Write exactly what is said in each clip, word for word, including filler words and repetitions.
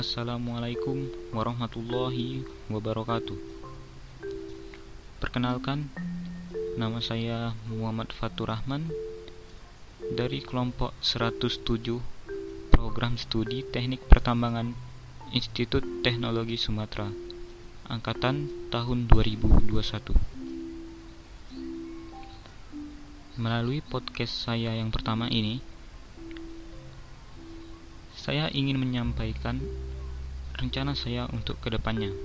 Assalamualaikum warahmatullahi wabarakatuh. Perkenalkan, nama saya Muhammad Fatur Rahman dari kelompok seratus tujuh Program Studi Teknik Pertambangan Institut Teknologi Sumatera, angkatan tahun dua ribu dua puluh satu. Melalui podcast saya yang pertama ini, saya ingin menyampaikan rencana saya untuk kedepannya,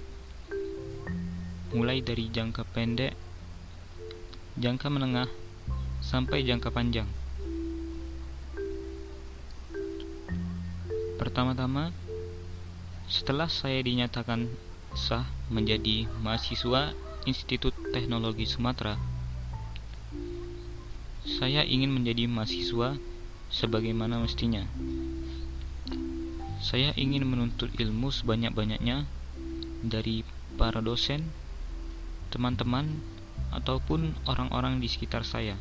mulai dari jangka pendek, jangka menengah, sampai jangka panjang. Pertama-tama, setelah saya dinyatakan sah menjadi mahasiswa Institut Teknologi Sumatera, saya ingin menjadi mahasiswa sebagaimana mestinya. Saya ingin menuntut ilmu sebanyak-banyaknya dari para dosen, teman-teman, ataupun orang-orang di sekitar saya.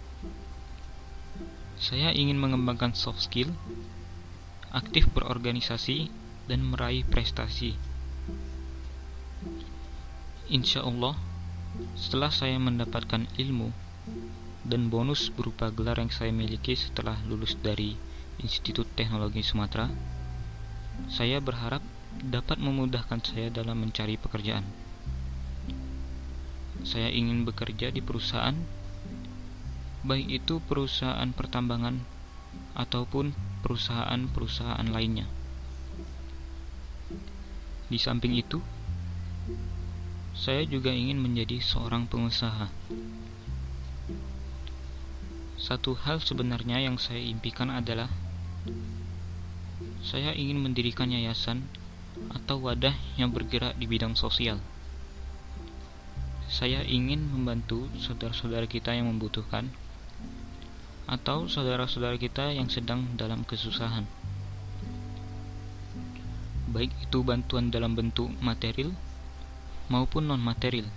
Saya ingin mengembangkan soft skill, aktif berorganisasi, dan meraih prestasi. Insya Allah, setelah saya mendapatkan ilmu dan bonus berupa gelar yang saya miliki setelah lulus dari Institut Teknologi Sumatera, saya berharap dapat memudahkan saya dalam mencari pekerjaan. Saya ingin bekerja di perusahaan, baik itu perusahaan pertambangan ataupun perusahaan-perusahaan lainnya. Di samping itu, saya juga ingin menjadi seorang pengusaha. Satu hal sebenarnya yang saya impikan adalah saya ingin mendirikan yayasan atau wadah yang bergerak di bidang sosial. Saya ingin membantu saudara-saudara kita yang membutuhkan atau saudara-saudara kita yang sedang dalam kesusahan, baik itu bantuan dalam bentuk material maupun non-material.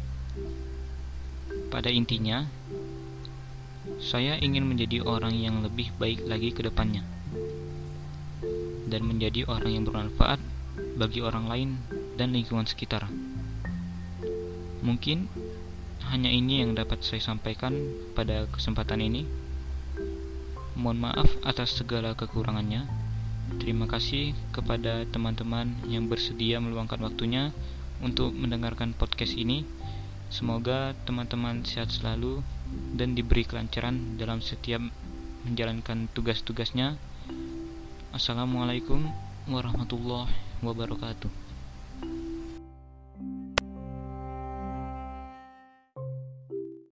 Pada intinya, saya ingin menjadi orang yang lebih baik lagi ke depannya dan menjadi orang yang bermanfaat bagi orang lain dan lingkungan sekitar. Mungkin hanya ini yang dapat saya sampaikan pada kesempatan ini. Mohon maaf atas segala kekurangannya. Terima kasih kepada teman-teman yang bersedia meluangkan waktunya untuk mendengarkan podcast ini. Semoga teman-teman sehat selalu dan diberi kelancaran dalam setiap menjalankan tugas-tugasnya. Assalamualaikum warahmatullahi wabarakatuh.